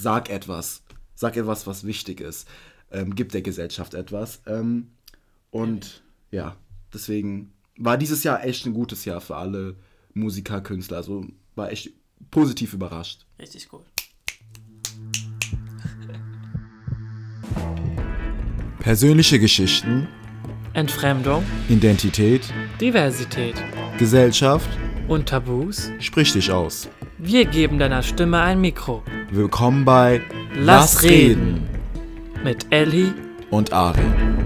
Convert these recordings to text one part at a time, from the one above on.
Sag etwas. Sag etwas, was wichtig ist. Gib der Gesellschaft etwas. Und ja, deswegen war dieses Jahr echt ein gutes Jahr für alle Musiker, Künstler. Also war echt positiv überrascht. Richtig gut. Persönliche Geschichten, Entfremdung, Identität, Diversität Gesellschaft, und Tabus. sprich dich aus. Wir geben deiner Stimme ein Mikro. Willkommen bei Lass reden. Mit Elli und Ari.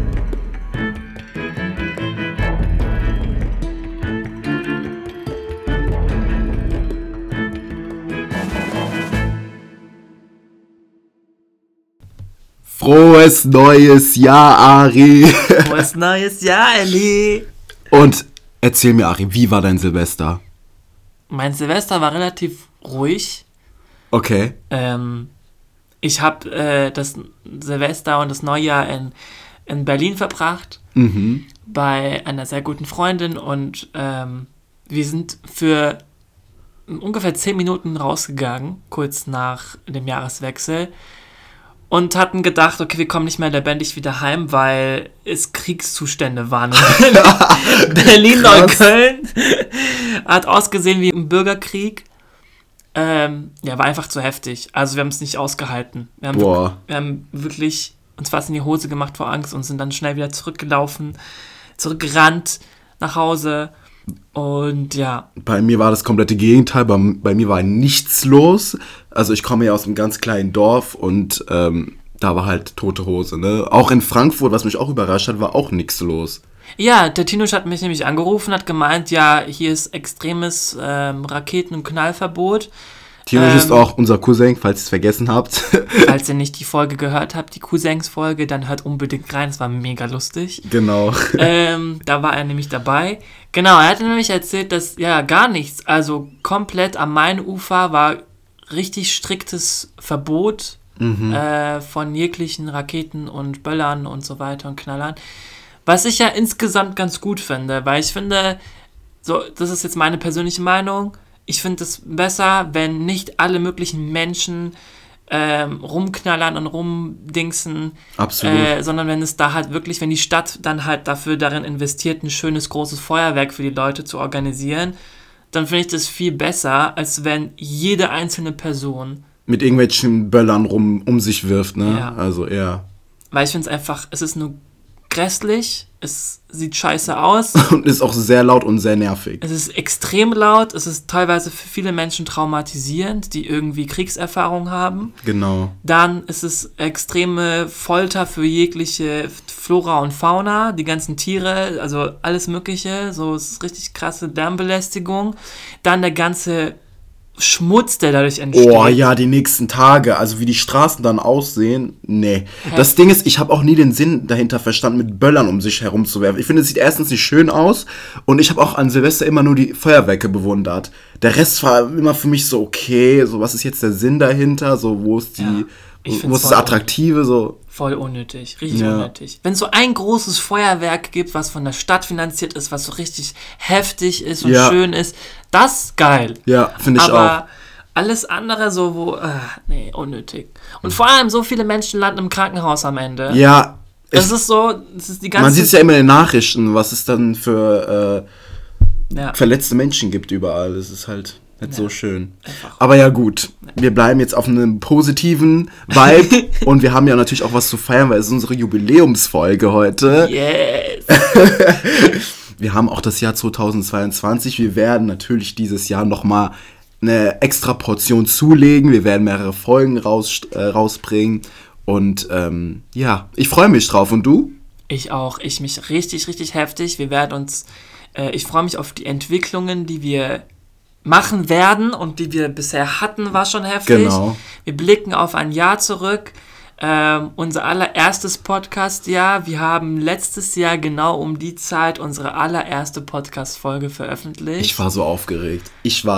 Frohes neues Jahr, Ari. Frohes neues Jahr, Elli. Und erzähl mir, Ari, wie war dein Silvester? Mein Silvester war relativ ruhig. Okay. Ich habe das Silvester und das Neujahr in Berlin verbracht. Bei einer sehr guten Freundin und wir sind für ungefähr 10 Minuten rausgegangen, kurz nach dem Jahreswechsel. Und hatten gedacht, okay, wir kommen nicht mehr lebendig wieder heim, weil es Kriegszustände waren. Berlin-Neukölln hat ausgesehen wie ein Bürgerkrieg. War einfach zu heftig. Also wir haben es nicht ausgehalten. Wir haben wirklich uns fast in die Hose gemacht vor Angst und sind dann schnell wieder zurückgerannt nach Hause. Und ja. Bei mir war das komplette Gegenteil. Bei mir war nichts los. Also ich komme ja aus einem ganz kleinen Dorf und da war halt tote Hose. Ne? Auch in Frankfurt, was mich auch überrascht hat, war auch nichts los. Ja, der Tinusch hat mich nämlich angerufen, hat gemeint, ja, hier ist extremes Raketen- und Knallverbot. Tinusch ist auch unser Cousin, falls ihr es vergessen habt. Falls ihr nicht die Folge gehört habt, die Cousins-Folge, dann hört unbedingt rein, es war mega lustig. Genau. Da war er nämlich dabei. Genau, er hatte nämlich erzählt, dass ja gar nichts, also komplett am Mainufer war richtig striktes Verbot von jeglichen Raketen und Böllern und so weiter und Knallern. Was ich ja insgesamt ganz gut finde, weil ich finde, so, das ist jetzt meine persönliche Meinung, ich finde es besser, wenn nicht alle möglichen Menschen rumknallern und rumdingsen. Absolut. Sondern wenn es da halt wirklich, wenn die Stadt dann halt dafür darin investiert, ein schönes, großes Feuerwerk für die Leute zu organisieren, dann finde ich das viel besser, als wenn jede einzelne Person mit irgendwelchen Böllern um sich wirft, ne? Ja. Also eher. Weil ich finde es einfach, es ist nur grässlich, es sieht scheiße aus. Und ist auch sehr laut und sehr nervig. Es ist extrem laut, es ist teilweise für viele Menschen traumatisierend, die irgendwie Kriegserfahrung haben. Genau. Dann ist es extreme Folter für jegliche Flora und Fauna, die ganzen Tiere, also alles Mögliche. So, es ist richtig krasse Lärmbelästigung. Dann der ganze Schmutz, der dadurch entsteht. Oh ja, die nächsten Tage, also wie die Straßen dann aussehen, nee. Das Ding ist, ich habe auch nie den Sinn dahinter verstanden, mit Böllern um sich herumzuwerfen. Ich finde, es sieht erstens nicht schön aus und ich habe auch an Silvester immer nur die Feuerwerke bewundert. Der Rest war immer für mich so, okay, so was ist jetzt der Sinn dahinter, so wo ist wo ist das Attraktive, so. Voll unnötig, richtig unnötig. Wenn es so ein großes Feuerwerk gibt, was von der Stadt finanziert ist, was so richtig heftig ist und schön ist, das ist geil. Ja, finde ich auch. Aber alles andere so, nee, unnötig. Und vor allem so viele Menschen landen im Krankenhaus am Ende. Ja. Das ist die ganze... Man sieht es ja immer in den Nachrichten, was es dann für verletzte Menschen gibt überall. Das ist halt nicht so schön. Einfach. Aber ja gut, wir bleiben jetzt auf einem positiven Vibe und wir haben ja natürlich auch was zu feiern, weil es ist unsere Jubiläumsfolge heute. Yes! Wir haben auch das Jahr 2022. Wir werden natürlich dieses Jahr nochmal eine extra Portion zulegen. Wir werden mehrere Folgen rausbringen. Und ich freue mich drauf. Und du? Ich auch. Ich mich richtig, richtig heftig. Ich freue mich auf die Entwicklungen, die wir machen werden und die wir bisher hatten, war schon heftig. Genau. Wir blicken auf ein Jahr zurück. Unser allererstes Podcast-Jahr. Wir haben letztes Jahr genau um die Zeit unsere allererste Podcast-Folge veröffentlicht. Ich war so aufgeregt.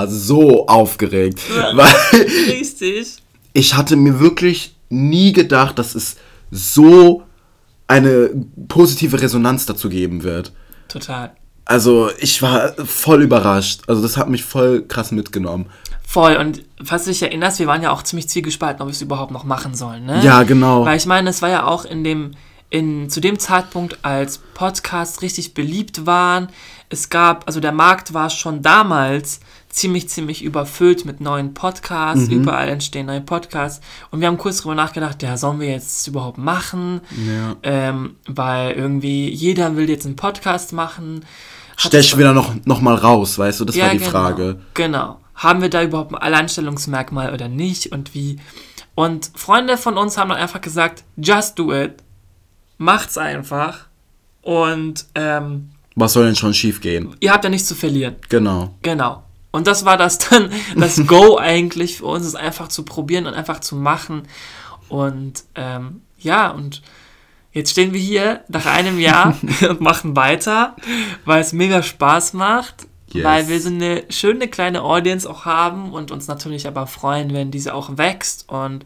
Weil Richtig. Ich hatte mir wirklich nie gedacht, dass es so eine positive Resonanz dazu geben wird. Total. Also ich war voll überrascht. Also das hat mich voll krass mitgenommen. Voll, und falls du dich erinnerst, wir waren ja auch ziemlich zwiegespalten, ob wir es überhaupt noch machen sollen, ne? Ja, genau. Weil ich meine, es war ja auch zu dem Zeitpunkt, als Podcasts richtig beliebt waren, also der Markt war schon damals ziemlich überfüllt mit neuen Podcasts, überall entstehen neue Podcasts, und wir haben kurz drüber nachgedacht, ja, sollen wir jetzt überhaupt machen? Ja. Weil irgendwie jeder will jetzt einen Podcast machen. Stech wieder noch mal raus, weißt du, das war die Frage. Genau. Haben wir da überhaupt ein Alleinstellungsmerkmal oder nicht und wie? Und Freunde von uns haben dann einfach gesagt, just do it. Macht's einfach. Und was soll denn schon schief gehen? Ihr habt ja nichts zu verlieren. Genau. Und das war das Go eigentlich für uns, es einfach zu probieren und einfach zu machen. Und und jetzt stehen wir hier nach einem Jahr und machen weiter, weil es mega Spaß macht. Yes. Weil wir so eine schöne kleine Audience auch haben und uns natürlich aber freuen, wenn diese auch wächst. Und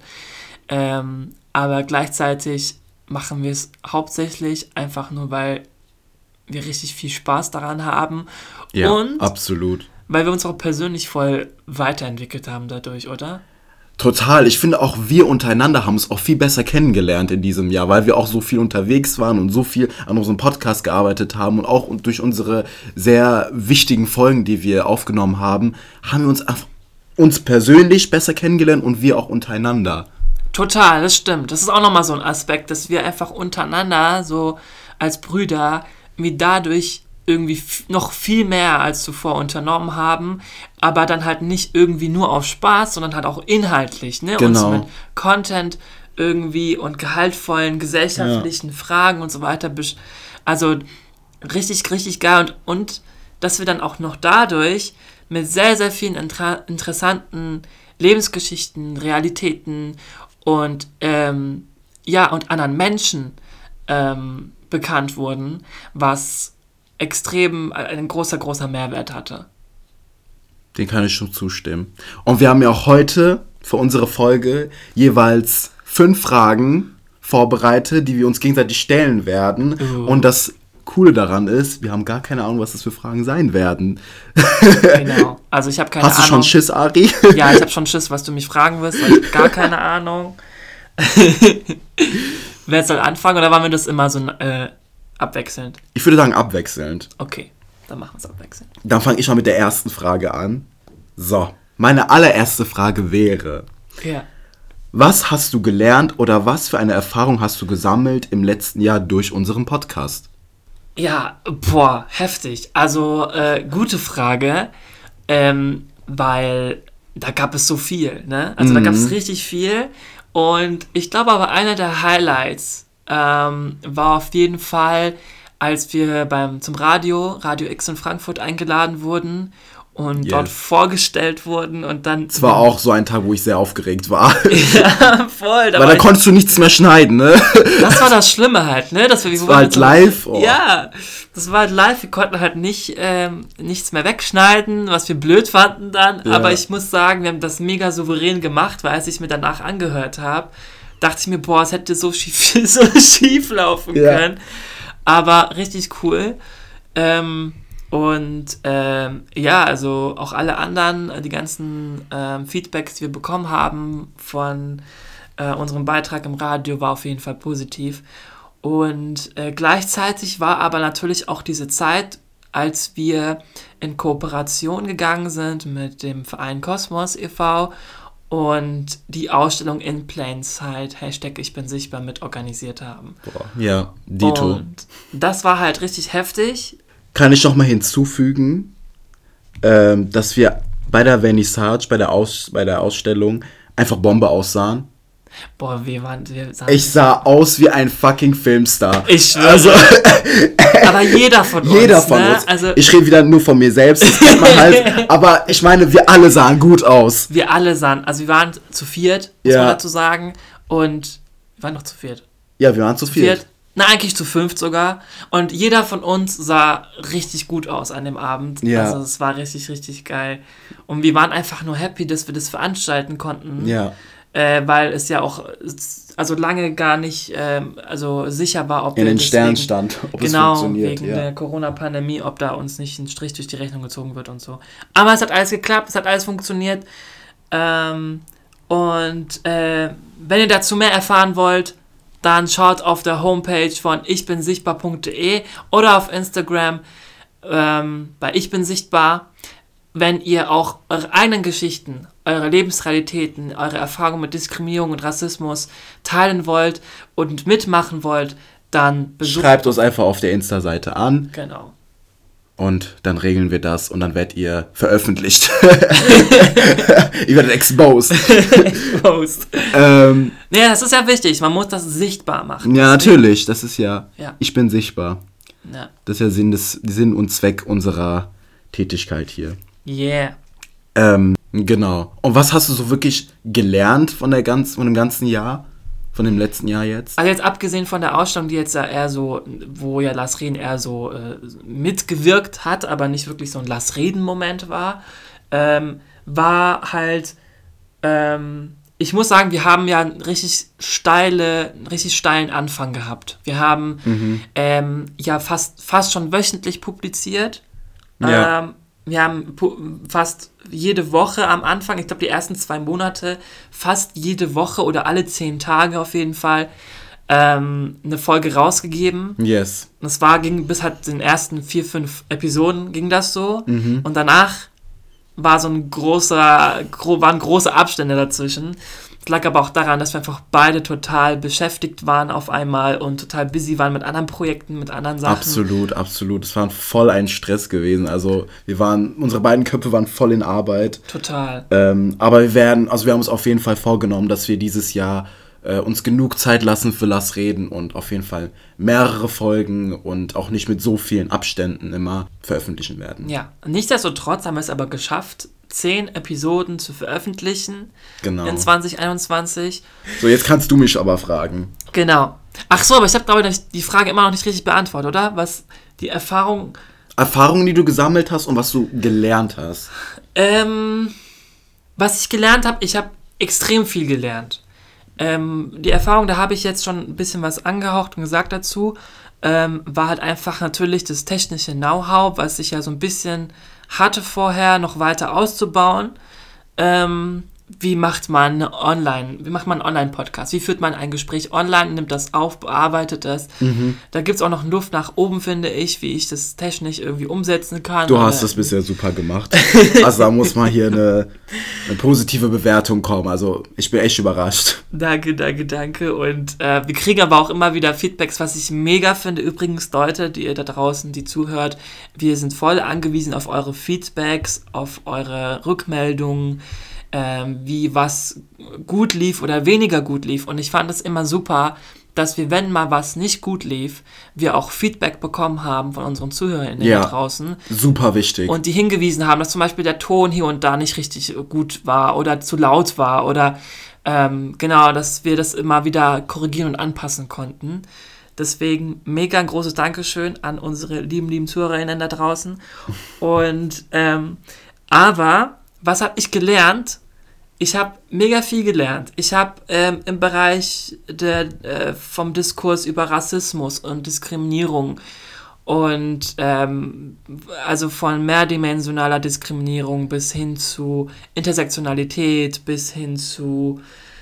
aber gleichzeitig machen wir es hauptsächlich einfach nur, weil wir richtig viel Spaß daran haben. Ja, und absolut. Weil wir uns auch persönlich voll weiterentwickelt haben dadurch, oder? Total. Ich finde auch, wir untereinander haben es auch viel besser kennengelernt in diesem Jahr, weil wir auch so viel unterwegs waren und so viel an unserem Podcast gearbeitet haben und auch durch unsere sehr wichtigen Folgen, die wir aufgenommen haben, haben wir uns persönlich besser kennengelernt und wir auch untereinander. Total, das stimmt. Das ist auch nochmal so ein Aspekt, dass wir einfach untereinander so als Brüder wie dadurch irgendwie noch viel mehr als zuvor unternommen haben, aber dann halt nicht irgendwie nur auf Spaß, sondern halt auch inhaltlich, ne? Genau. Uns mit Content irgendwie und gehaltvollen gesellschaftlichen Fragen und so weiter. Also richtig geil. Und dass wir dann auch noch dadurch mit sehr, sehr vielen interessanten Lebensgeschichten, Realitäten und und anderen Menschen bekannt wurden, was extrem ein großer Mehrwert hatte. Den kann ich schon zustimmen. Und wir haben ja auch heute für unsere Folge jeweils 5 Fragen vorbereitet, die wir uns gegenseitig stellen werden. Und das Coole daran ist, wir haben gar keine Ahnung, was das für Fragen sein werden. Genau. Also ich habe keine Ahnung. Hast du schon Schiss, Ari? Ja, ich habe schon Schiss, was du mich fragen wirst, weil ich habe gar keine Ahnung. Wer soll anfangen oder wollen wir das immer so abwechselnd? Ich würde sagen abwechselnd. Okay, dann machen wir es abwechselnd. Dann fange ich mal mit der ersten Frage an. So, meine allererste Frage wäre: Ja. Was hast du gelernt oder was für eine Erfahrung hast du gesammelt im letzten Jahr durch unseren Podcast? Ja, heftig. Also, gute Frage, weil da gab es so viel, ne? Also da gab es richtig viel. Und ich glaube aber, einer der Highlights war auf jeden Fall, als wir zum Radio X in Frankfurt eingeladen wurden und dort vorgestellt wurden und dann... Es war auch so ein Tag, wo ich sehr aufgeregt war. Ja, voll. Weil da konntest du nichts mehr schneiden, ne? Das war das Schlimme halt, ne? Dass das war halt live. Oh. Ja, das war halt live. Wir konnten halt nichts mehr wegschneiden, was wir blöd fanden dann. Ja. Aber ich muss sagen, wir haben das mega souverän gemacht, weil als ich mir danach angehört habe, dachte ich mir, es hätte so schief laufen können. Aber richtig cool. Also auch alle anderen, die ganzen Feedbacks, die wir bekommen haben von unserem Beitrag im Radio, war auf jeden Fall positiv. Und gleichzeitig war aber natürlich auch diese Zeit, als wir in Kooperation gegangen sind mit dem Verein Kosmos e.V. und die Ausstellung In Plain Sight, #IchBinSichtbar, mit organisiert haben. Ja, dito. Und das war halt richtig heftig. Kann ich noch mal hinzufügen, dass wir bei der Vernissage, bei der Ausstellung einfach Bombe aussahen. Ich sah aus wie ein fucking Filmstar. Ich schwöre. Also, aber jeder von uns. Also, ich rede wieder nur von mir selbst, das kennt man halt. Aber ich meine, wir alle sahen gut aus. Wir waren zu viert, muss man dazu sagen. Und wir waren noch zu viert. Ja, wir waren zu viert. Na, eigentlich zu 5 sogar. Und jeder von uns sah richtig gut aus an dem Abend. Ja. Also es war richtig geil. Und wir waren einfach nur happy, dass wir das veranstalten konnten. Ja. weil es ja auch also lange gar nicht also sicher war, ob in wir den Sternen deswegen, stand, ob genau, es funktioniert. wegen der Corona-Pandemie, ob da uns nicht ein Strich durch die Rechnung gezogen wird und so. Aber es hat alles geklappt, es hat alles funktioniert. Wenn ihr dazu mehr erfahren wollt, dann schaut auf der Homepage von ichbinsichtbar.de oder auf Instagram bei Ich bin sichtbar. Wenn ihr auch eure eigenen Geschichten, eure Lebensrealitäten, eure Erfahrungen mit Diskriminierung und Rassismus teilen wollt und mitmachen wollt, dann schreibt uns einfach auf der Insta-Seite an. Genau. Und dann regeln wir das und dann werdet ihr veröffentlicht. Ihr werdet exposed. Ja, das ist ja wichtig. Man muss das sichtbar machen. Ja, natürlich. Das ist ja. Ich bin sichtbar. Ja. Das ist ja Sinn und Zweck unserer Tätigkeit hier. Yeah. Genau. Und was hast du so wirklich gelernt von dem ganzen Jahr? Von dem letzten Jahr jetzt? Also jetzt abgesehen von der Ausstellung, die jetzt ja eher so, wo ja Lars Reden eher so mitgewirkt hat, aber nicht wirklich so ein Lars Reden-Moment war, war halt, ich muss sagen, wir haben ja einen richtig steilen Anfang gehabt. Wir haben ja fast schon wöchentlich publiziert. Ja. Wir haben fast jede Woche am Anfang, ich glaube die ersten 2 Monate, fast jede Woche oder alle 10 Tage auf jeden Fall eine Folge rausgegeben. Yes. Das ging bis halt den ersten 4-5 Episoden ging das so. Und danach waren große Abstände dazwischen. Es lag aber auch daran, dass wir einfach beide total beschäftigt waren auf einmal und total busy waren mit anderen Projekten, mit anderen Sachen. Absolut, absolut. Es war voll ein Stress gewesen. Also unsere beiden Köpfe waren voll in Arbeit. Total. Aber wir haben uns auf jeden Fall vorgenommen, dass wir dieses Jahr uns genug Zeit lassen für Lars Reden und auf jeden Fall mehrere Folgen und auch nicht mit so vielen Abständen immer veröffentlichen werden. Ja, nichtsdestotrotz haben wir es aber geschafft, 10 Episoden zu veröffentlichen in 2021. So, jetzt kannst du mich aber fragen. Genau. Ach so, aber ich habe, glaube ich, die Frage immer noch nicht richtig beantwortet, oder? Was die Erfahrungen, die du gesammelt hast und was du gelernt hast. Was ich gelernt habe, ich habe extrem viel gelernt. Die Erfahrung, da habe ich jetzt schon ein bisschen was angehaucht und gesagt dazu, war halt einfach natürlich das technische Know-how, was ich ja so ein bisschen hatte vorher, noch weiter auszubauen. Wie macht man einen Online-Podcast? Wie führt man ein Gespräch online, nimmt das auf, bearbeitet das? Da gibt es auch noch Luft nach oben, finde ich, wie ich das technisch irgendwie umsetzen kann. Du hast das bisher super gemacht. Also da muss mal hier eine positive Bewertung kommen. Also ich bin echt überrascht. Danke. Und wir kriegen aber auch immer wieder Feedbacks, was ich mega finde. Übrigens, Leute, die ihr da draußen, die zuhört, wir sind voll angewiesen auf eure Feedbacks, auf eure Rückmeldungen, wie was gut lief oder weniger gut lief. Und ich fand es immer super, dass wir, wenn mal was nicht gut lief, wir auch Feedback bekommen haben von unseren ZuhörerInnen da draußen. Super wichtig. Und die hingewiesen haben, dass zum Beispiel der Ton hier und da nicht richtig gut war oder zu laut war oder genau, dass wir das immer wieder korrigieren und anpassen konnten. Deswegen mega ein großes Dankeschön an unsere lieben ZuhörerInnen da draußen. Und aber was habe ich gelernt? Ich habe mega viel gelernt. Ich habe im Bereich vom Diskurs über Rassismus und Diskriminierung und also von mehrdimensionaler Diskriminierung bis hin zu Intersektionalität, bis hin zu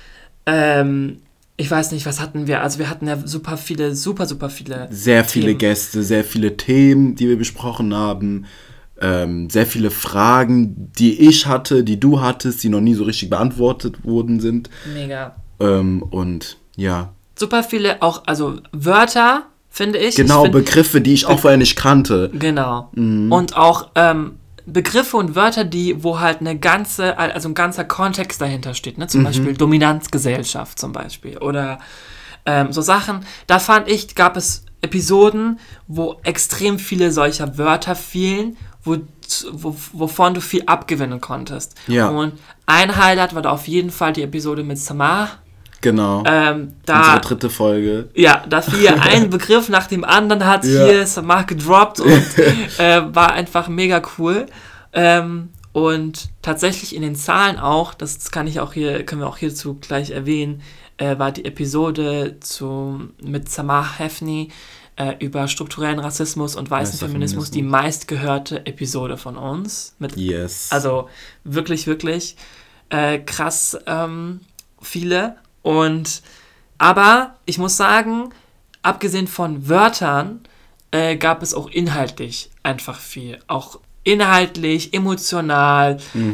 ich weiß nicht, was hatten wir? Also wir hatten ja super viele sehr viele Themen. Gäste, sehr viele Themen, die wir besprochen haben. Sehr viele Fragen, die ich hatte, die du hattest, die noch nie so richtig beantwortet worden sind. Mega. Und ja. Super viele auch, also Wörter, finde ich. Genau, Begriffe, die ich auch vorher nicht kannte. Genau. Und auch Begriffe und Wörter, wo halt ein ganzer Kontext dahinter steht. Ne? Zum Beispiel Dominanzgesellschaft zum Beispiel. Oder so Sachen. Da fand ich, gab es Episoden, wo extrem viele solcher Wörter fielen, wovon du viel abgewinnen konntest. Ja. Und ein Highlight war da auf jeden Fall die Episode mit Samar. Genau. Unsere 3. Folge. Ja, da fiel ein Begriff nach dem anderen, hat hier Samar gedroppt und war einfach mega cool. Und tatsächlich in den Zahlen auch, das können wir auch hierzu gleich erwähnen, war die Episode mit Samar Hafni über strukturellen Rassismus und weißen Feminismus die meistgehörte Episode von uns. Also wirklich, wirklich krass viele. Aber ich muss sagen, abgesehen von Wörtern gab es auch inhaltlich einfach viel. Auch inhaltlich, emotional,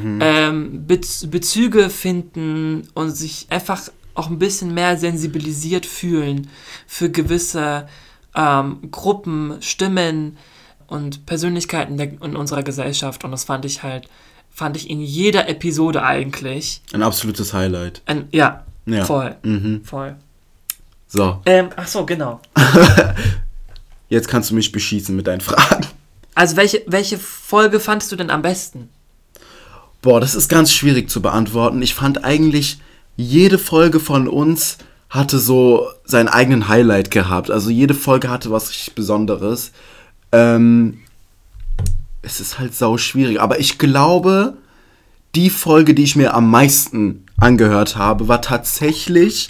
Bezüge finden und sich einfach auch ein bisschen mehr sensibilisiert fühlen für gewisse Gruppen, Stimmen und Persönlichkeiten in unserer Gesellschaft. Und das fand ich in jeder Episode eigentlich. Ein absolutes Highlight. Ja, voll. Voll. So. Ach so, genau. Jetzt kannst du mich beschießen mit deinen Fragen. Also welche Folge fandest du denn am besten? Boah, das ist ganz schwierig zu beantworten. Ich fand eigentlich, jede Folge von uns hatte so seinen eigenen Highlight gehabt. Also jede Folge hatte was richtig Besonderes. Es ist halt sau schwierig. Aber ich glaube, die Folge, die ich mir am meisten angehört habe, war tatsächlich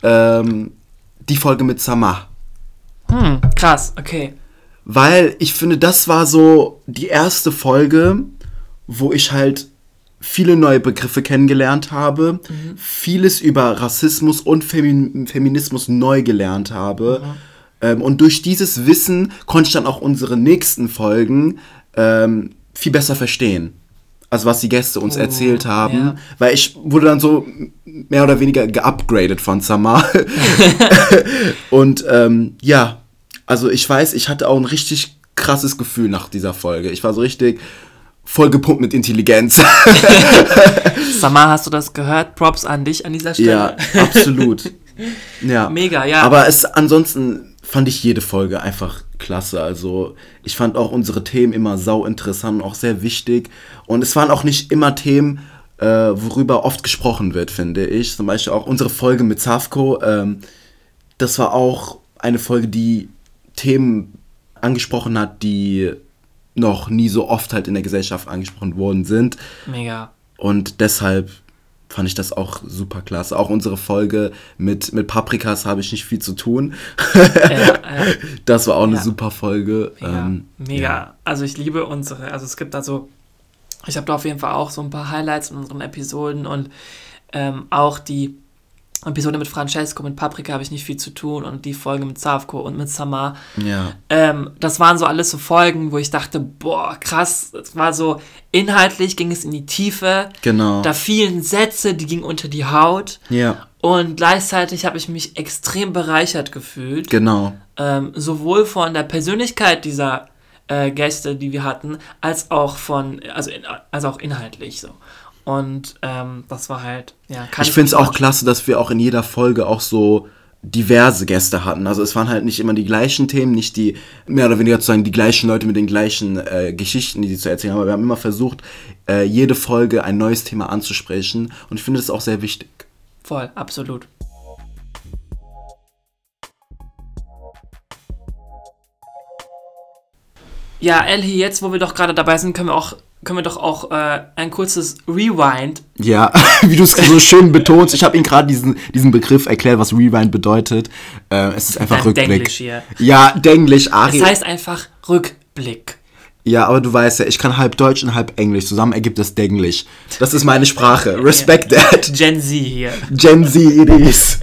die Folge mit Samar. Krass, okay. Weil ich finde, das war so die erste Folge, wo ich halt viele neue Begriffe kennengelernt habe, vieles über Rassismus und Feminismus neu gelernt habe. Und durch dieses Wissen konnte ich dann auch unsere nächsten Folgen viel besser verstehen. Also was die Gäste uns erzählt haben. Ja. Weil ich wurde dann so mehr oder weniger geupgradet von Samar. Und also ich weiß, ich hatte auch ein richtig krasses Gefühl nach dieser Folge. Ich war so richtig voll gepumpt mit Intelligenz. Samar, hast du das gehört? Props an dich an dieser Stelle. Ja, absolut. Ja. Mega, ja. Aber ansonsten fand ich jede Folge einfach klasse. Also ich fand auch unsere Themen immer sau interessant und auch sehr wichtig. Und es waren auch nicht immer Themen, worüber oft gesprochen wird, finde ich. Zum Beispiel auch unsere Folge mit Savko. Das war auch eine Folge, die Themen angesprochen hat, die noch nie so oft halt in der Gesellschaft angesprochen worden sind. Mega. Und deshalb fand ich das auch super klasse. Auch unsere Folge mit Paprikas habe ich nicht viel zu tun. Das war auch eine super Folge. Mega. Ja. Also ich liebe es gibt ich habe da auf jeden Fall auch so ein paar Highlights in unseren Episoden und auch die Episode mit Francesco, mit Paprika habe ich nicht viel zu tun und die Folge mit Savko und mit Samar. Ja. Das waren so alles so Folgen, wo ich dachte, boah, krass, es war so, inhaltlich ging es in die Tiefe. Genau. Da fielen Sätze, die gingen unter die Haut. Ja. Und gleichzeitig habe ich mich extrem bereichert gefühlt. Genau. Sowohl von der Persönlichkeit dieser Gäste, die wir hatten, als auch auch inhaltlich so. Und das war halt, ich finde es auch klasse, dass wir auch in jeder Folge auch so diverse Gäste hatten. Also es waren halt nicht immer die gleichen Themen, nicht die, mehr oder weniger sozusagen die gleichen Leute mit den gleichen Geschichten, die sie zu erzählen haben. Aber wir haben immer versucht, jede Folge ein neues Thema anzusprechen. Und ich finde das auch sehr wichtig. Voll, absolut. Ja, Elhi, jetzt, wo wir doch gerade dabei sind, können wir doch auch ein kurzes Rewind. Ja, wie du es so schön betonst. Ich habe Ihnen gerade diesen Begriff erklärt, was Rewind bedeutet. Es ist einfach Rückblick. Denglisch hier. Ja, Denglisch, Ari. Es heißt einfach Rückblick. Ja, aber du weißt ja, ich kann halb Deutsch und halb Englisch. Zusammen ergibt das Denglisch. Das ist meine Sprache. Respect that. Gen Z hier. Gen Z it is.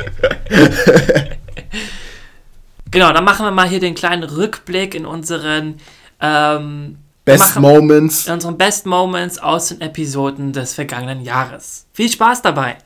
Genau, dann machen wir mal hier den kleinen Rückblick in unseren Best Moments. In unseren Best Moments aus den Episoden des vergangenen Jahres. Viel Spaß dabei!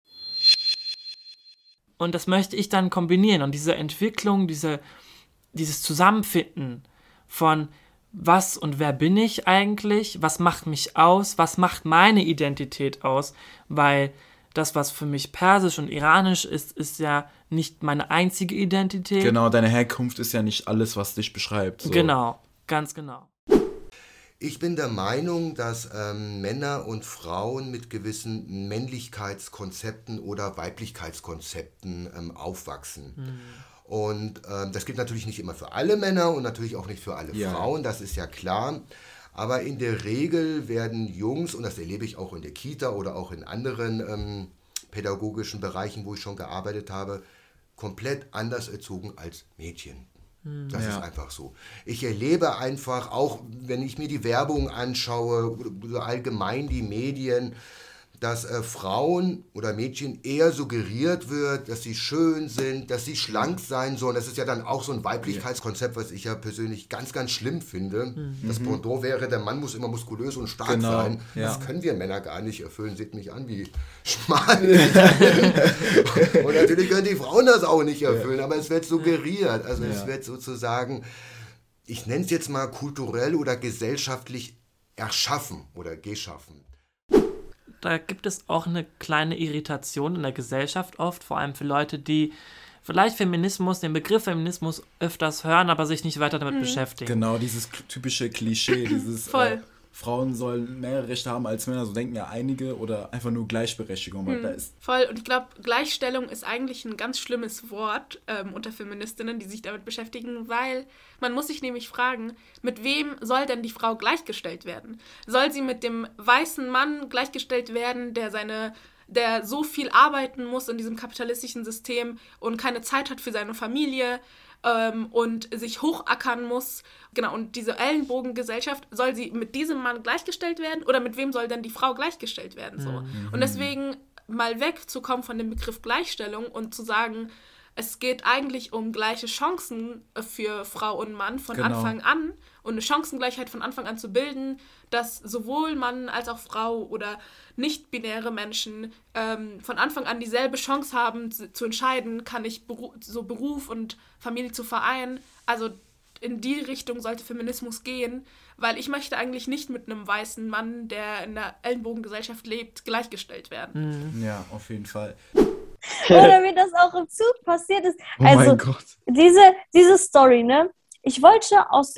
Und das möchte ich dann kombinieren. Und diese Entwicklung, dieses Zusammenfinden von was und wer bin ich eigentlich, was macht mich aus, was macht meine Identität aus, weil das, was für mich persisch und iranisch ist, ist ja nicht meine einzige Identität. Genau, deine Herkunft ist ja nicht alles, was dich beschreibt. So. Genau. Ganz genau. Ich bin der Meinung, dass Männer und Frauen mit gewissen Männlichkeitskonzepten oder Weiblichkeitskonzepten aufwachsen. Und das gilt natürlich nicht immer für alle Männer und natürlich auch nicht für alle Frauen, das ist ja klar. Aber in der Regel werden Jungs, und das erlebe ich auch in der Kita oder auch in anderen pädagogischen Bereichen, wo ich schon gearbeitet habe, komplett anders erzogen als Mädchen. Das ist einfach so. Ich erlebe einfach, auch wenn ich mir die Werbung anschaue oder allgemein die Medien, dass Frauen oder Mädchen eher suggeriert wird, dass sie schön sind, dass sie schlank sein sollen. Das ist ja dann auch so ein Weiblichkeitskonzept, was ich ja persönlich ganz, ganz schlimm finde. Das Pendant wäre, der Mann muss immer muskulös und stark sein. Ja. Das können wir Männer gar nicht erfüllen. Seht mich an, wie schmal. Und natürlich können die Frauen das auch nicht erfüllen, aber es wird suggeriert. Also es wird sozusagen, ich nenne es jetzt mal kulturell oder gesellschaftlich erschaffen oder geschaffen. Da gibt es auch eine kleine Irritation in der Gesellschaft oft, vor allem für Leute, die vielleicht Feminismus, den Begriff Feminismus öfters hören, aber sich nicht weiter damit beschäftigen. Genau, dieses typische Klischee, dieses Frauen sollen mehr Rechte haben als Männer, so denken ja einige, oder einfach nur Gleichberechtigung. Da ist voll, und ich glaube, Gleichstellung ist eigentlich ein ganz schlimmes Wort unter Feministinnen, die sich damit beschäftigen, weil man muss sich nämlich fragen, mit wem soll denn die Frau gleichgestellt werden? Soll sie mit dem weißen Mann gleichgestellt werden, der so viel arbeiten muss in diesem kapitalistischen System und keine Zeit hat für seine Familie und sich hochackern muss? Genau, und diese Ellenbogengesellschaft, soll sie mit diesem Mann gleichgestellt werden oder mit wem soll denn die Frau gleichgestellt werden? So? Und deswegen mal wegzukommen von dem Begriff Gleichstellung und zu sagen, es geht eigentlich um gleiche Chancen für Frau und Mann von Anfang an und eine Chancengleichheit von Anfang an zu bilden, dass sowohl Mann als auch Frau oder nicht-binäre Menschen von Anfang an dieselbe Chance haben zu entscheiden, kann ich Beruf und Familie zu vereinen. Also in die Richtung sollte Feminismus gehen, weil ich möchte eigentlich nicht mit einem weißen Mann, der in einer Ellenbogengesellschaft lebt, gleichgestellt werden. Ja, auf jeden Fall. Oder wie das auch im Zug passiert ist. Oh mein Gott. Diese Story, ne? Ich wollte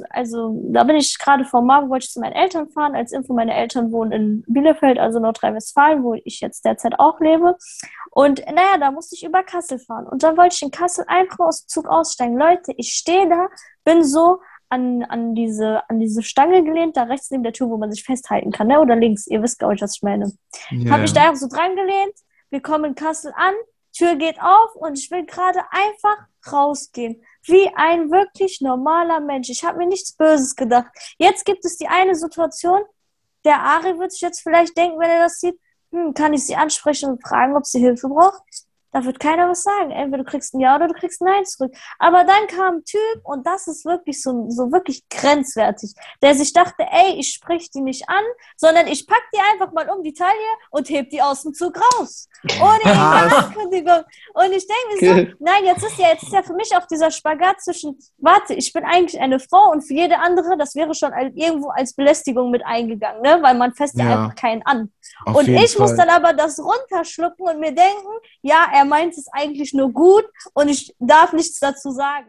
da bin ich gerade vor Marburg, wollte ich zu meinen Eltern fahren. Als Info, meine Eltern wohnen in Bielefeld, also Nordrhein-Westfalen, wo ich jetzt derzeit auch lebe. Und naja, da musste ich über Kassel fahren. Und dann wollte ich in Kassel einfach aus dem Zug aussteigen. Leute, ich stehe da, bin so an diese Stange gelehnt, da rechts neben der Tür, wo man sich festhalten kann, ne? Oder links, ihr wisst, glaube ich, was ich meine. Yeah. Habe mich da einfach so dran gelehnt, wir kommen in Kassel an, Tür geht auf und ich will gerade einfach rausgehen. Wie ein wirklich normaler Mensch. Ich habe mir nichts Böses gedacht. Jetzt gibt es die eine Situation, der Ari wird sich jetzt vielleicht denken, wenn er das sieht, kann ich sie ansprechen und fragen, ob sie Hilfe braucht? Da wird keiner was sagen. Entweder du kriegst ein Ja oder du kriegst ein Nein zurück. Aber dann kam ein Typ, und das ist wirklich so wirklich grenzwertig, der sich dachte, ey, ich sprich die nicht an, sondern ich pack die einfach mal um die Taille und heb die aus dem Zug raus. Ohne Ankündigung. Und ich denke mir so, nein, jetzt ist ja für mich auch dieser Spagat zwischen, warte, ich bin eigentlich eine Frau und für jede andere, das wäre schon irgendwo als Belästigung mit eingegangen, ne? Weil man fasst ja einfach keinen an. Und ich muss dann aber das runterschlucken und mir denken, ja, er meint es eigentlich nur gut und ich darf nichts dazu sagen.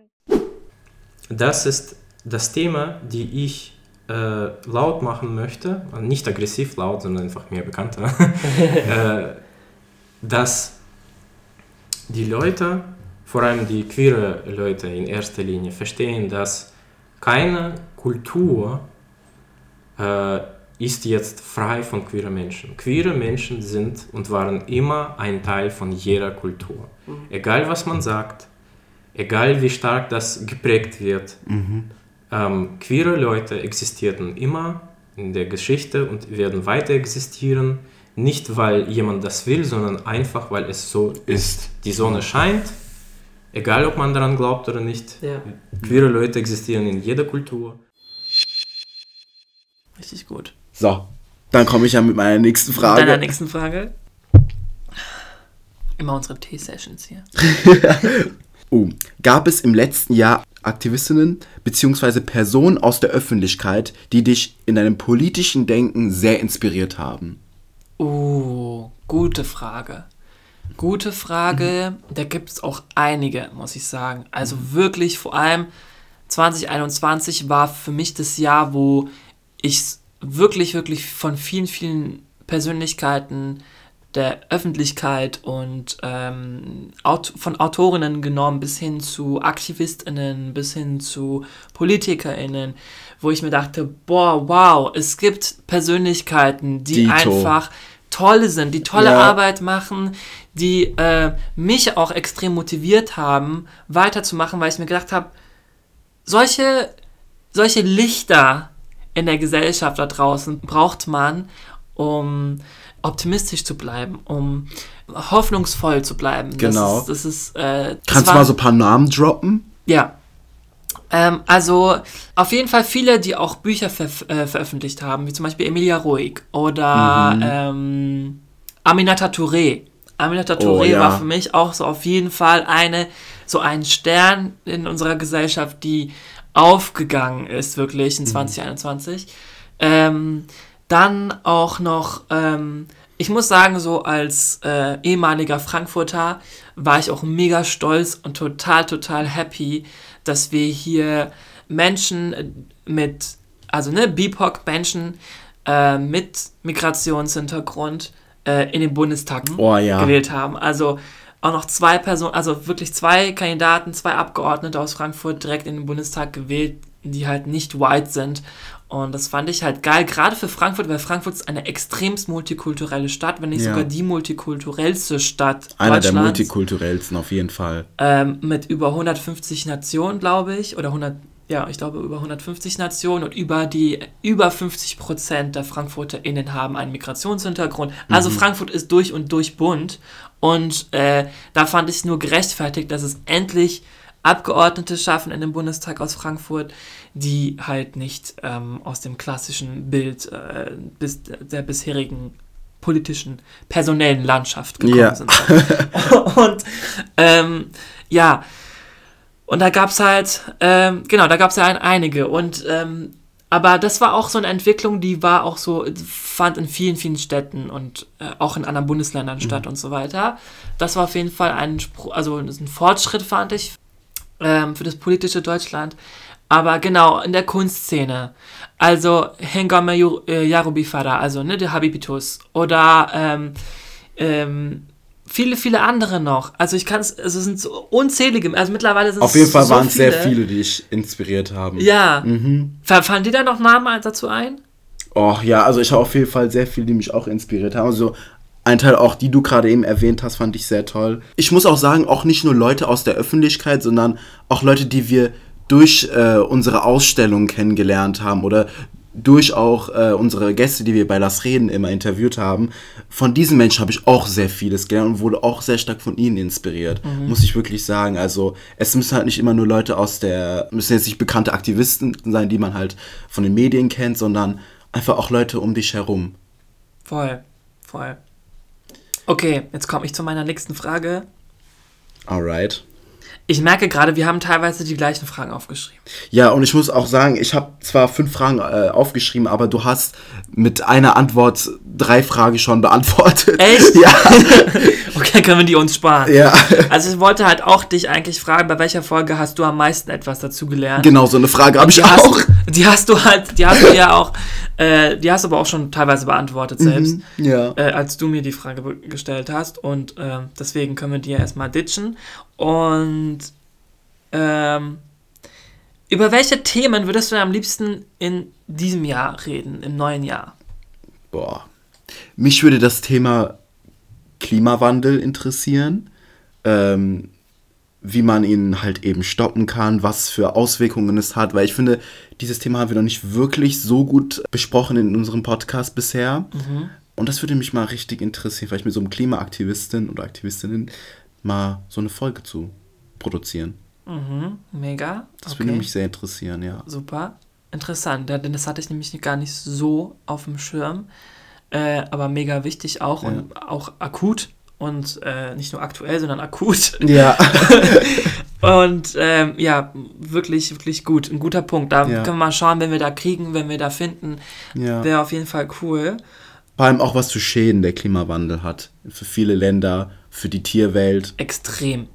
Das ist das Thema, die ich laut machen möchte, nicht aggressiv laut, sondern einfach mehr bekannter, dass die Leute, vor allem die queere Leute in erster Linie, verstehen, dass keine Kultur ist jetzt frei von queeren Menschen. Queere Menschen sind und waren immer ein Teil von jeder Kultur. Egal was man sagt, egal wie stark das geprägt wird, queere Leute existierten immer in der Geschichte und werden weiter existieren, nicht weil jemand das will, sondern einfach weil es so ist. Die Sonne scheint, egal ob man daran glaubt oder nicht. Ja. Queere Leute existieren in jeder Kultur. Richtig gut. So, dann komme ich ja mit meiner nächsten Frage. Mit deiner nächsten Frage? Immer unsere T-Sessions hier. Gab es im letzten Jahr Aktivistinnen bzw. Personen aus der Öffentlichkeit, die dich in deinem politischen Denken sehr inspiriert haben? Gute Frage. Gute Frage. Da gibt es auch einige, muss ich sagen. Also wirklich, vor allem 2021 war für mich das Jahr, wo ich wirklich, wirklich von vielen, vielen Persönlichkeiten der Öffentlichkeit und von Autorinnen genommen bis hin zu AktivistInnen, bis hin zu PolitikerInnen, wo ich mir dachte, boah, wow, es gibt Persönlichkeiten, die einfach toll sind, die tolle Arbeit machen, die mich auch extrem motiviert haben, weiterzumachen, weil ich mir gedacht habe, solche Lichter in der Gesellschaft da draußen braucht man, um optimistisch zu bleiben, um hoffnungsvoll zu bleiben. Genau. Kannst du mal so ein paar Namen droppen? Ja. Also auf jeden Fall viele, die auch Bücher veröffentlicht haben, wie zum Beispiel Emilia Ruig oder Aminata Touré. Aminata Touré war für mich auch so auf jeden Fall ein Stern in unserer Gesellschaft, die aufgegangen ist, wirklich in 2021. Dann auch noch, ich muss sagen, so als ehemaliger Frankfurter war ich auch mega stolz und total happy, dass wir hier Menschen BIPOC-Menschen mit Migrationshintergrund in den Bundestag gewählt haben. Also auch noch 2 Personen, also wirklich 2 Kandidaten, 2 Abgeordnete aus Frankfurt direkt in den Bundestag gewählt, die halt nicht white sind. Und das fand ich halt geil, gerade für Frankfurt, weil Frankfurt ist eine extremst multikulturelle Stadt, wenn nicht sogar die multikulturellste Stadt Einer Deutschlands. der multikulturellsten auf jeden Fall. Mit über 150 Nationen, glaube ich, oder über 150 Nationen und über 50% der FrankfurterInnen haben einen Migrationshintergrund. Also Frankfurt ist durch und durch bunt und da fand ich es nur gerechtfertigt, dass es endlich Abgeordnete schaffen in dem Bundestag aus Frankfurt, die halt nicht aus dem klassischen Bild der bisherigen politischen, personellen Landschaft gekommen sind. Und und da gab es halt, einige. Und aber das war auch so eine Entwicklung, die war auch so, fand in vielen Städten und auch in anderen Bundesländern statt und so weiter. Das war auf jeden Fall ein Fortschritt, fand ich, für das politische Deutschland. Aber genau, in der Kunstszene, also Hengame Yarubifara, also der Habibitus oder viele andere noch. Also es sind so unzählige, also mittlerweile sind es auf jeden Fall so waren es viele. sehr viele, die dich inspiriert haben. Ja. Fallen dir da noch Namen dazu ein? Oh ja, also ich habe auf jeden Fall sehr viele, die mich auch inspiriert haben. Also ein Teil auch, die du gerade eben erwähnt hast, fand ich sehr toll. Ich muss auch sagen, auch nicht nur Leute aus der Öffentlichkeit, sondern auch Leute, die wir durch unsere Ausstellung kennengelernt haben oder durch auch unsere Gäste, die wir bei Lass Reden immer interviewt haben. Von diesen Menschen habe ich auch sehr vieles gelernt und wurde auch sehr stark von ihnen inspiriert, muss ich wirklich sagen. Also es müssen halt nicht immer nur Leute müssen jetzt nicht bekannte Aktivisten sein, die man halt von den Medien kennt, sondern einfach auch Leute um dich herum. Voll. Okay, jetzt komme ich zu meiner nächsten Frage. Alright. Ich merke gerade, wir haben teilweise die gleichen Fragen aufgeschrieben. Ja, und ich muss auch sagen, ich habe zwar 5 Fragen aufgeschrieben, aber du hast mit einer Antwort 3 Fragen schon beantwortet. Echt? Ja. Okay, können wir die uns sparen. Ja. Also ich wollte halt auch dich eigentlich fragen, bei welcher Folge hast du am meisten etwas dazu gelernt? Genau, so eine Frage habe ich auch. Die hast du aber auch schon teilweise beantwortet selbst, als du mir die Frage gestellt hast. Und deswegen können wir die ja erstmal ditchen. Und über welche Themen würdest du am liebsten in diesem Jahr reden, im neuen Jahr? Boah. Mich würde das Thema Klimawandel interessieren, wie man ihn halt eben stoppen kann, was für Auswirkungen es hat, weil ich finde, dieses Thema haben wir noch nicht wirklich so gut besprochen in unserem Podcast bisher. Und das würde mich mal richtig interessieren, vielleicht mit so einem Klimaaktivistin oder Aktivistinnen mal so eine Folge zu produzieren. Mega. Das würde mich sehr interessieren, ja. Super. Interessant, denn das hatte ich nämlich gar nicht so auf dem Schirm. Aber mega wichtig auch und auch akut und nicht nur aktuell, sondern akut. Ja. Und wirklich, wirklich gut. Ein guter Punkt. Da können wir mal schauen, wenn wir da kriegen, wenn wir da finden. Wäre auf jeden Fall cool. Vor allem auch, was für Schäden der Klimawandel hat. Für viele Länder, für die Tierwelt. Extrem.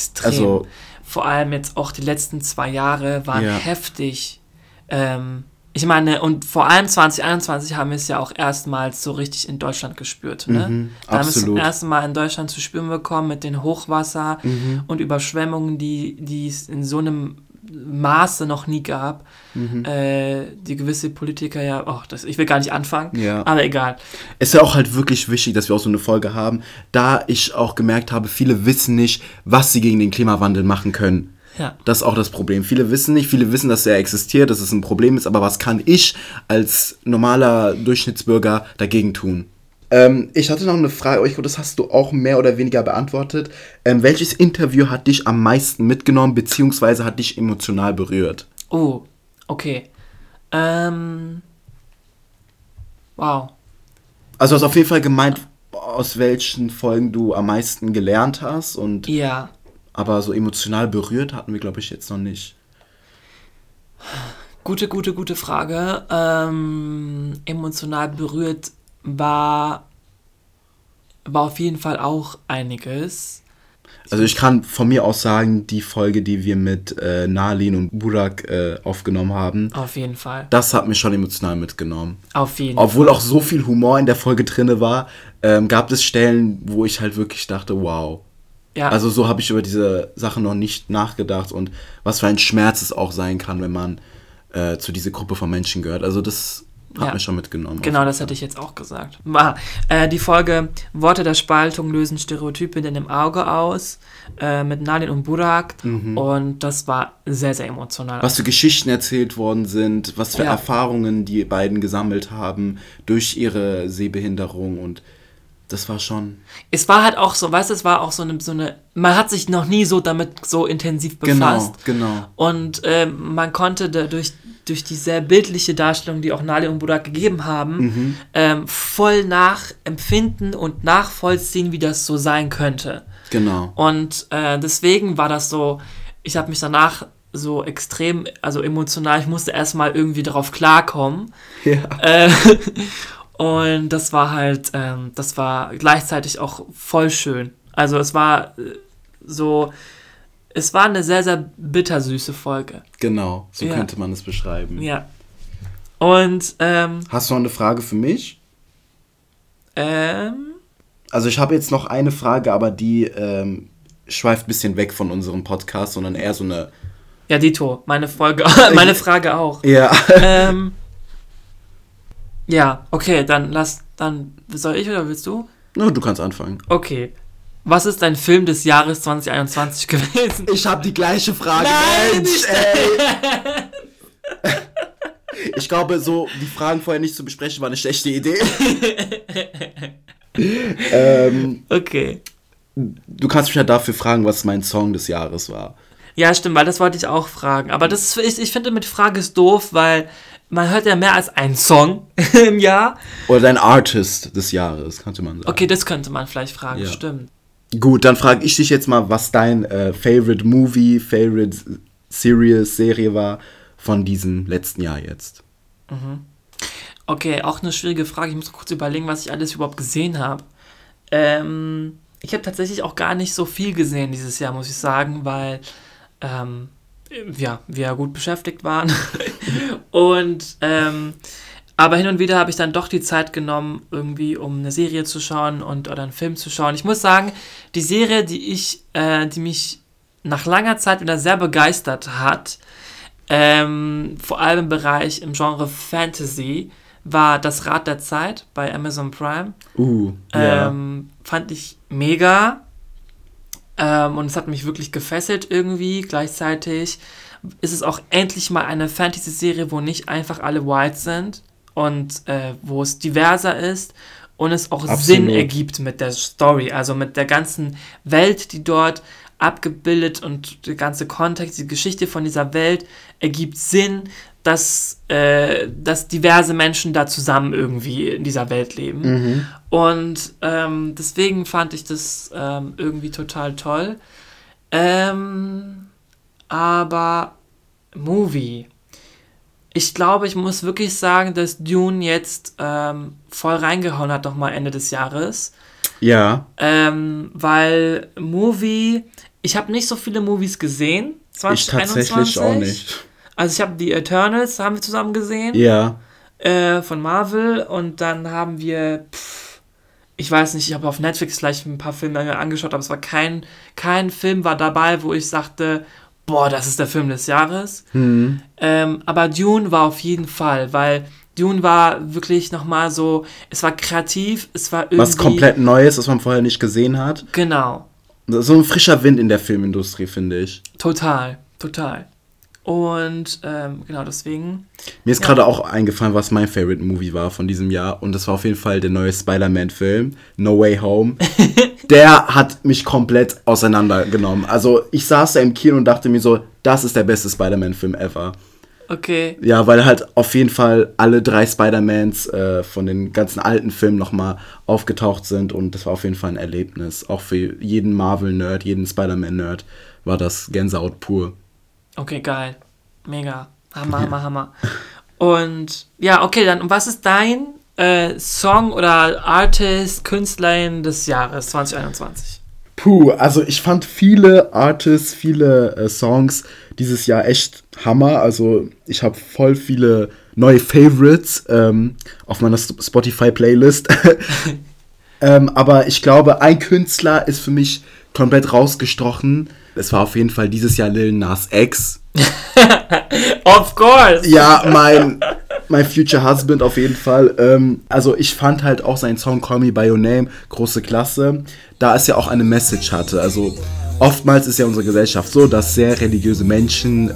Also, vor allem jetzt auch die letzten 2 Jahre waren heftig Ich meine, und vor allem 2021 haben wir es ja auch erstmals so richtig in Deutschland gespürt. Ne? Da haben wir es zum ersten Mal in Deutschland zu spüren bekommen mit den Hochwasser und Überschwemmungen, die es in so einem Maße noch nie gab. Die gewisse Politiker ich will gar nicht anfangen, aber egal. Es ist ja auch halt wirklich wichtig, dass wir auch so eine Folge haben, da ich auch gemerkt habe, viele wissen nicht, was sie gegen den Klimawandel machen können. Ja. Das ist auch das Problem. Viele wissen, dass er existiert, dass es ein Problem ist, aber was kann ich als normaler Durchschnittsbürger dagegen tun? Ich hatte noch eine Frage, ich glaube, das hast du auch mehr oder weniger beantwortet. Welches Interview hat dich am meisten mitgenommen, beziehungsweise hat dich emotional berührt? Oh, okay. Wow. Also du hast auf jeden Fall gemeint, aus welchen Folgen du am meisten gelernt hast und... Ja. Aber so emotional berührt hatten wir, glaube ich, jetzt noch nicht. Gute Frage. Emotional berührt war auf jeden Fall auch einiges. Also ich kann von mir aus sagen, die Folge, die wir mit Nalin und Burak aufgenommen haben. Auf jeden Fall. Das hat mich schon emotional mitgenommen. Auf jeden Fall. Obwohl auch so viel Humor in der Folge drin war, gab es Stellen, wo ich halt wirklich dachte, wow. Ja. Also so habe ich über diese Sache noch nicht nachgedacht und was für ein Schmerz es auch sein kann, wenn man zu dieser Gruppe von Menschen gehört. Also das hat mich schon mitgenommen. Genau, das hätte ich jetzt auch gesagt. Die Folge Worte der Spaltung lösen Stereotype in dem Auge aus mit Nalin und Burak und das war sehr, sehr emotional. Was für Geschichten erzählt worden sind, was für Erfahrungen die beiden gesammelt haben durch ihre Sehbehinderung und das war schon... Es war halt auch so, weißt du, es war auch so eine... Man hat sich noch nie so damit so intensiv befasst. Genau. Und man konnte durch die sehr bildliche Darstellung, die auch Nalin und Burak gegeben haben, voll nachempfinden und nachvollziehen, wie das so sein könnte. Genau. Und deswegen war das so... Ich habe mich danach so extrem, also emotional, ich musste erstmal irgendwie darauf klarkommen. Ja. Und das war halt, das war gleichzeitig auch voll schön. Also es war eine sehr, sehr bittersüße Folge. Genau, so könnte man es beschreiben. Ja. Und, hast du noch eine Frage für mich? Also ich habe jetzt noch eine Frage, aber die schweift ein bisschen weg von unserem Podcast, sondern eher so eine... Ja, Dito, meine Frage auch. Ja. Ja, okay, dann soll ich oder willst du? No, du kannst anfangen. Okay. Was ist dein Film des Jahres 2021 gewesen? Ich habe die gleiche Frage. Nein, Mensch, ey. Ich glaube, so die Fragen vorher nicht zu besprechen, war eine schlechte Idee. Okay. Du kannst mich ja dafür fragen, was mein Song des Jahres war. Ja, stimmt, weil das wollte ich auch fragen. Aber ich finde, mit Frage ist doof, weil man hört ja mehr als einen Song im Jahr. Oder dein Artist des Jahres, könnte man sagen. Okay, das könnte man vielleicht fragen, ja. Stimmt. Gut, dann frage ich dich jetzt mal, was dein Favorite Movie, Favorite Serie war von diesem letzten Jahr jetzt. Okay, auch eine schwierige Frage. Ich muss kurz überlegen, was ich alles überhaupt gesehen habe. Ich habe tatsächlich auch gar nicht so viel gesehen dieses Jahr, muss ich sagen, weil wir ja gut beschäftigt waren. Und aber hin und wieder habe ich dann doch die Zeit genommen, irgendwie um eine Serie zu schauen oder einen Film zu schauen. Ich muss sagen, die Serie, die mich nach langer Zeit wieder sehr begeistert hat, vor allem im Bereich im Genre Fantasy, war Das Rad der Zeit bei Amazon Prime. Ja. Fand ich mega. Und es hat mich wirklich gefesselt irgendwie. Gleichzeitig ist es auch endlich mal eine Fantasy-Serie, wo nicht einfach alle white sind und wo es diverser ist und es auch Absolut. Sinn ergibt mit der Story, also mit der ganzen Welt, die dort abgebildet und der ganze Kontext, die Geschichte von dieser Welt ergibt Sinn, dass diverse Menschen da zusammen irgendwie in dieser Welt leben. Und deswegen fand ich das irgendwie total toll. Aber Movie. Ich glaube, ich muss wirklich sagen, dass Dune jetzt voll reingehauen hat, nochmal Ende des Jahres. Ja. Weil Movie, ich habe nicht so viele Movies gesehen. 2021. Ich tatsächlich auch nicht. Also ich habe die Eternals, haben wir zusammen gesehen, Ja. von Marvel. Und dann haben wir, ich weiß nicht, ich habe auf Netflix gleich ein paar Filme mir angeschaut, aber es war kein Film war dabei, wo ich sagte, boah, das ist der Film des Jahres. Aber Dune war auf jeden Fall, weil Dune war wirklich nochmal so, es war kreativ, es war irgendwie... Was komplett Neues, was man vorher nicht gesehen hat. Genau. So ein frischer Wind in der Filmindustrie, finde ich. Total. Und genau deswegen... Mir ist gerade auch eingefallen, was mein Favorite Movie war von diesem Jahr. Und das war auf jeden Fall der neue Spider-Man-Film, No Way Home. Der hat mich komplett auseinandergenommen. Also ich saß da im Kino und dachte mir so, das ist der beste Spider-Man-Film ever. Okay. Ja, weil halt auf jeden Fall alle 3 Spider-Mans von den ganzen alten Filmen nochmal aufgetaucht sind. Und das war auf jeden Fall ein Erlebnis. Auch für jeden Marvel-Nerd, jeden Spider-Man-Nerd war das Gänsehaut pur. Okay, geil. Mega. Hammer. Und ja, okay, dann was ist dein Song oder Artist, Künstlerin des Jahres 2021? Puh, also ich fand viele Artists, viele Songs dieses Jahr echt Hammer. Also ich habe voll viele neue Favorites auf meiner Spotify-Playlist. Aber ich glaube, ein Künstler ist für mich komplett rausgestochen. Es war auf jeden Fall dieses Jahr Lil Nas X. Of course! Ja, mein Future Husband auf jeden Fall. Also ich fand halt auch seinen Song Call Me By Your Name große Klasse, da es ja auch eine Message hatte. Also oftmals ist ja unsere Gesellschaft so, dass sehr religiöse Menschen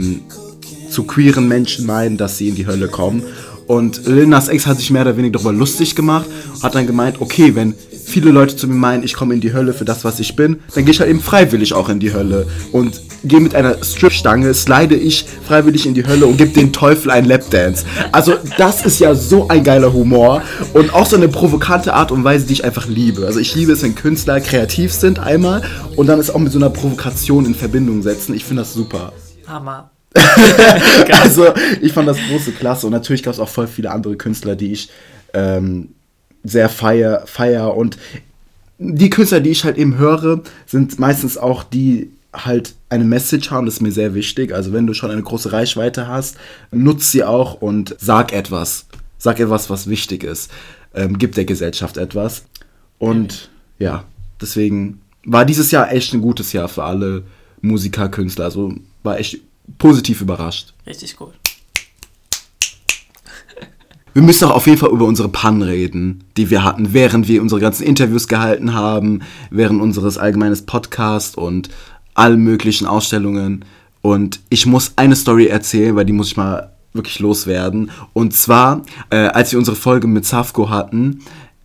zu queeren Menschen meinen, dass sie in die Hölle kommen. Und Lil Nas X hat sich mehr oder weniger darüber lustig gemacht, hat dann gemeint, okay, wenn viele Leute zu mir meinen, ich komme in die Hölle für das, was ich bin, dann gehe ich halt eben freiwillig auch in die Hölle und gehe mit einer Stripstange, slide ich freiwillig in die Hölle und gebe den Teufel einen Lapdance. Also das ist ja so ein geiler Humor und auch so eine provokante Art und Weise, die ich einfach liebe. Also ich liebe es, wenn Künstler kreativ sind einmal und dann es auch mit so einer Provokation in Verbindung setzen. Ich finde das super. Hammer. Also ich fand das große Klasse und natürlich gab es auch voll viele andere Künstler, die ich sehr feier und die Künstler, die ich halt eben höre, sind meistens auch die halt eine Message haben, das ist mir sehr wichtig. Also wenn du schon eine große Reichweite hast, nutz sie auch und sag etwas, was wichtig ist, gib der Gesellschaft etwas und ja, deswegen war dieses Jahr echt ein gutes Jahr für alle Musiker, Künstler, also war echt positiv überrascht. Richtig gut. Wir müssen auch auf jeden Fall über unsere Pannen reden, die wir hatten, während wir unsere ganzen Interviews gehalten haben, während unseres allgemeinen Podcasts und allen möglichen Ausstellungen. Und ich muss eine Story erzählen, weil die muss ich mal wirklich loswerden. Und zwar, als wir unsere Folge mit Safko hatten,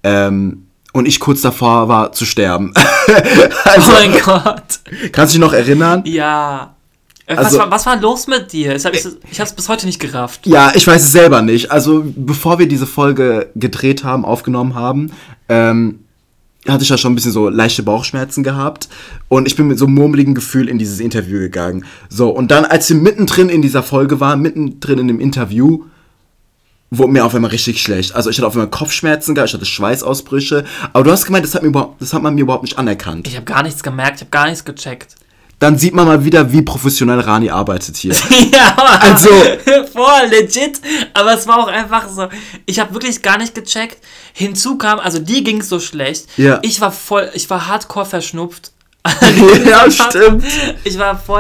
und ich kurz davor war zu sterben. Also, oh mein Gott. Kannst du dich noch erinnern? Ja. Also, was war los mit dir? Ich hab's bis heute nicht gerafft. Ja, ich weiß es selber nicht. Also, bevor wir diese Folge aufgenommen haben, hatte ich ja schon ein bisschen so leichte Bauchschmerzen gehabt. Und ich bin mit so einem murmeligen Gefühl in dieses Interview gegangen. So, und dann, als wir mittendrin in dieser Folge waren, mittendrin in dem Interview, wurde mir auf einmal richtig schlecht. Also, ich hatte auf einmal Kopfschmerzen gehabt, ich hatte Schweißausbrüche. Aber du hast gemeint, das hat man mir überhaupt nicht anerkannt. Ich habe gar nichts gemerkt, ich habe gar nichts gecheckt. Dann sieht man mal wieder, wie professionell Rani arbeitet hier. Ja, also voll legit, aber es war auch einfach so, ich habe wirklich gar nicht gecheckt. Hinzu kam, also die ging so schlecht. Ja. Ich war hardcore verschnupft. Ja, stimmt. Ich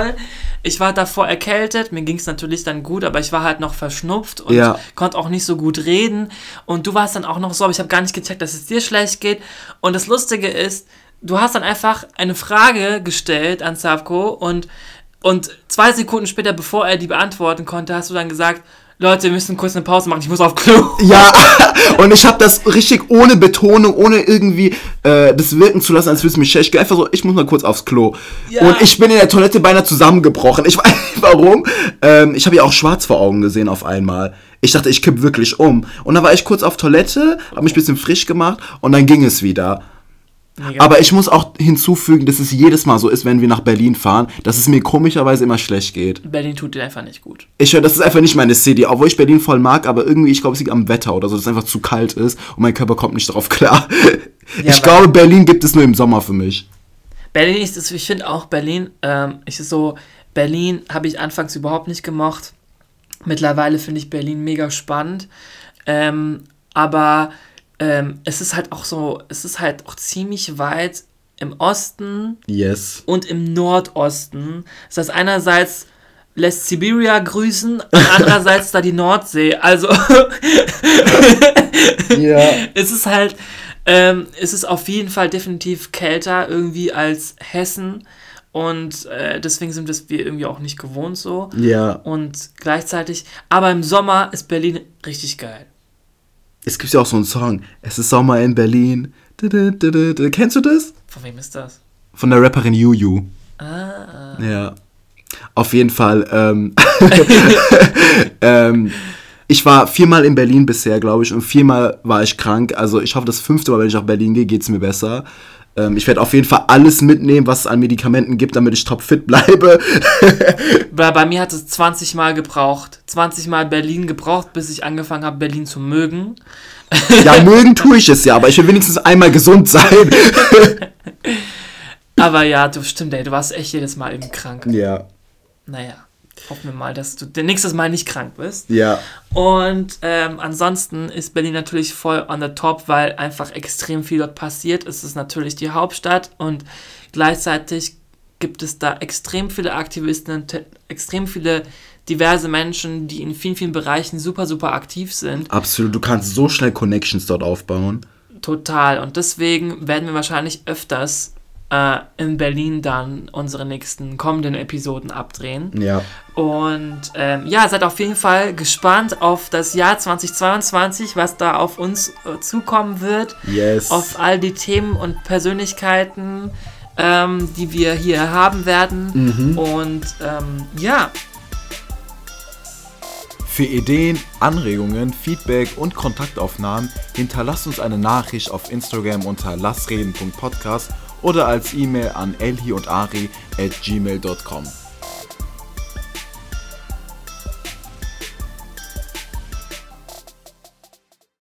war davor erkältet, mir ging es natürlich dann gut, aber ich war halt noch verschnupft und konnte auch nicht so gut reden. Und du warst dann auch noch so, aber ich habe gar nicht gecheckt, dass es dir schlecht geht. Und das Lustige ist, du hast dann einfach eine Frage gestellt an Safko und 2 Sekunden später, bevor er die beantworten konnte, hast du dann gesagt, Leute, wir müssen kurz eine Pause machen, ich muss auf Klo. Ja, und ich habe das richtig ohne Betonung, ohne irgendwie das wirken zu lassen, als würde es mich schlecht gehen. Einfach so, ich muss mal kurz aufs Klo. Ja. Und ich bin in der Toilette beinahe zusammengebrochen. Ich weiß nicht warum. Ich habe ja auch schwarz vor Augen gesehen auf einmal. Ich dachte, ich kipp wirklich um. Und dann war ich kurz auf Toilette, habe mich ein bisschen frisch gemacht und dann ging es wieder. Mega. Aber ich muss auch hinzufügen, dass es jedes Mal so ist, wenn wir nach Berlin fahren, dass es mir komischerweise immer schlecht geht. Berlin tut dir einfach nicht gut. Ich höre, das ist einfach nicht meine City, obwohl ich Berlin voll mag, aber irgendwie, ich glaube, es liegt am Wetter oder so, dass es einfach zu kalt ist und mein Körper kommt nicht darauf klar. Ja, ich glaube, Berlin gibt es nur im Sommer für mich. Berlin ist es, ich finde auch Berlin, Berlin habe ich anfangs überhaupt nicht gemocht. Mittlerweile finde ich Berlin mega spannend. Aber es ist halt auch ziemlich weit im Osten und im Nordosten. Das heißt, einerseits lässt Siberia grüßen und andererseits da die Nordsee. Also es ist halt, es ist auf jeden Fall definitiv kälter irgendwie als Hessen. Und deswegen sind wir irgendwie auch nicht gewohnt so. Ja. Und gleichzeitig, aber im Sommer ist Berlin richtig geil. Es gibt ja auch so einen Song, es ist Sommer in Berlin. Kennst du das? Von wem ist das? Von der Rapperin Juju. Ah. Ja. Auf jeden Fall. Ich war 4-mal in Berlin bisher, glaube ich, und 4-mal war ich krank. Also ich hoffe, das 5. Mal, wenn ich nach Berlin gehe, geht es mir besser. Ich werde auf jeden Fall alles mitnehmen, was es an Medikamenten gibt, damit ich topfit bleibe. Bei mir hat es 20 Mal gebraucht. 20 Mal Berlin gebraucht, bis ich angefangen habe, Berlin zu mögen. Ja, mögen tue ich es ja, aber ich will wenigstens einmal gesund sein. Aber ja, du stimmt, ey, du warst echt jedes Mal eben krank. Ja. Naja, hoffen wir mal, dass du nächstes Mal nicht krank bist. Ja. Und ansonsten ist Berlin natürlich voll on the top, weil einfach extrem viel dort passiert. Es ist natürlich die Hauptstadt und gleichzeitig gibt es da extrem viele Aktivisten, extrem viele diverse Menschen, die in vielen, vielen Bereichen super, super aktiv sind. Absolut, du kannst so schnell Connections dort aufbauen. Total. Und deswegen werden wir wahrscheinlich öfters in Berlin dann unsere nächsten kommenden Episoden abdrehen. Ja. Und seid auf jeden Fall gespannt auf das Jahr 2022, was da auf uns zukommen wird. Yes. Auf all die Themen und Persönlichkeiten, die wir hier haben werden. Und Für Ideen, Anregungen, Feedback und Kontaktaufnahmen hinterlasst uns eine Nachricht auf Instagram unter lassreden.podcast oder als E-Mail an elhi und ari@gmail.com.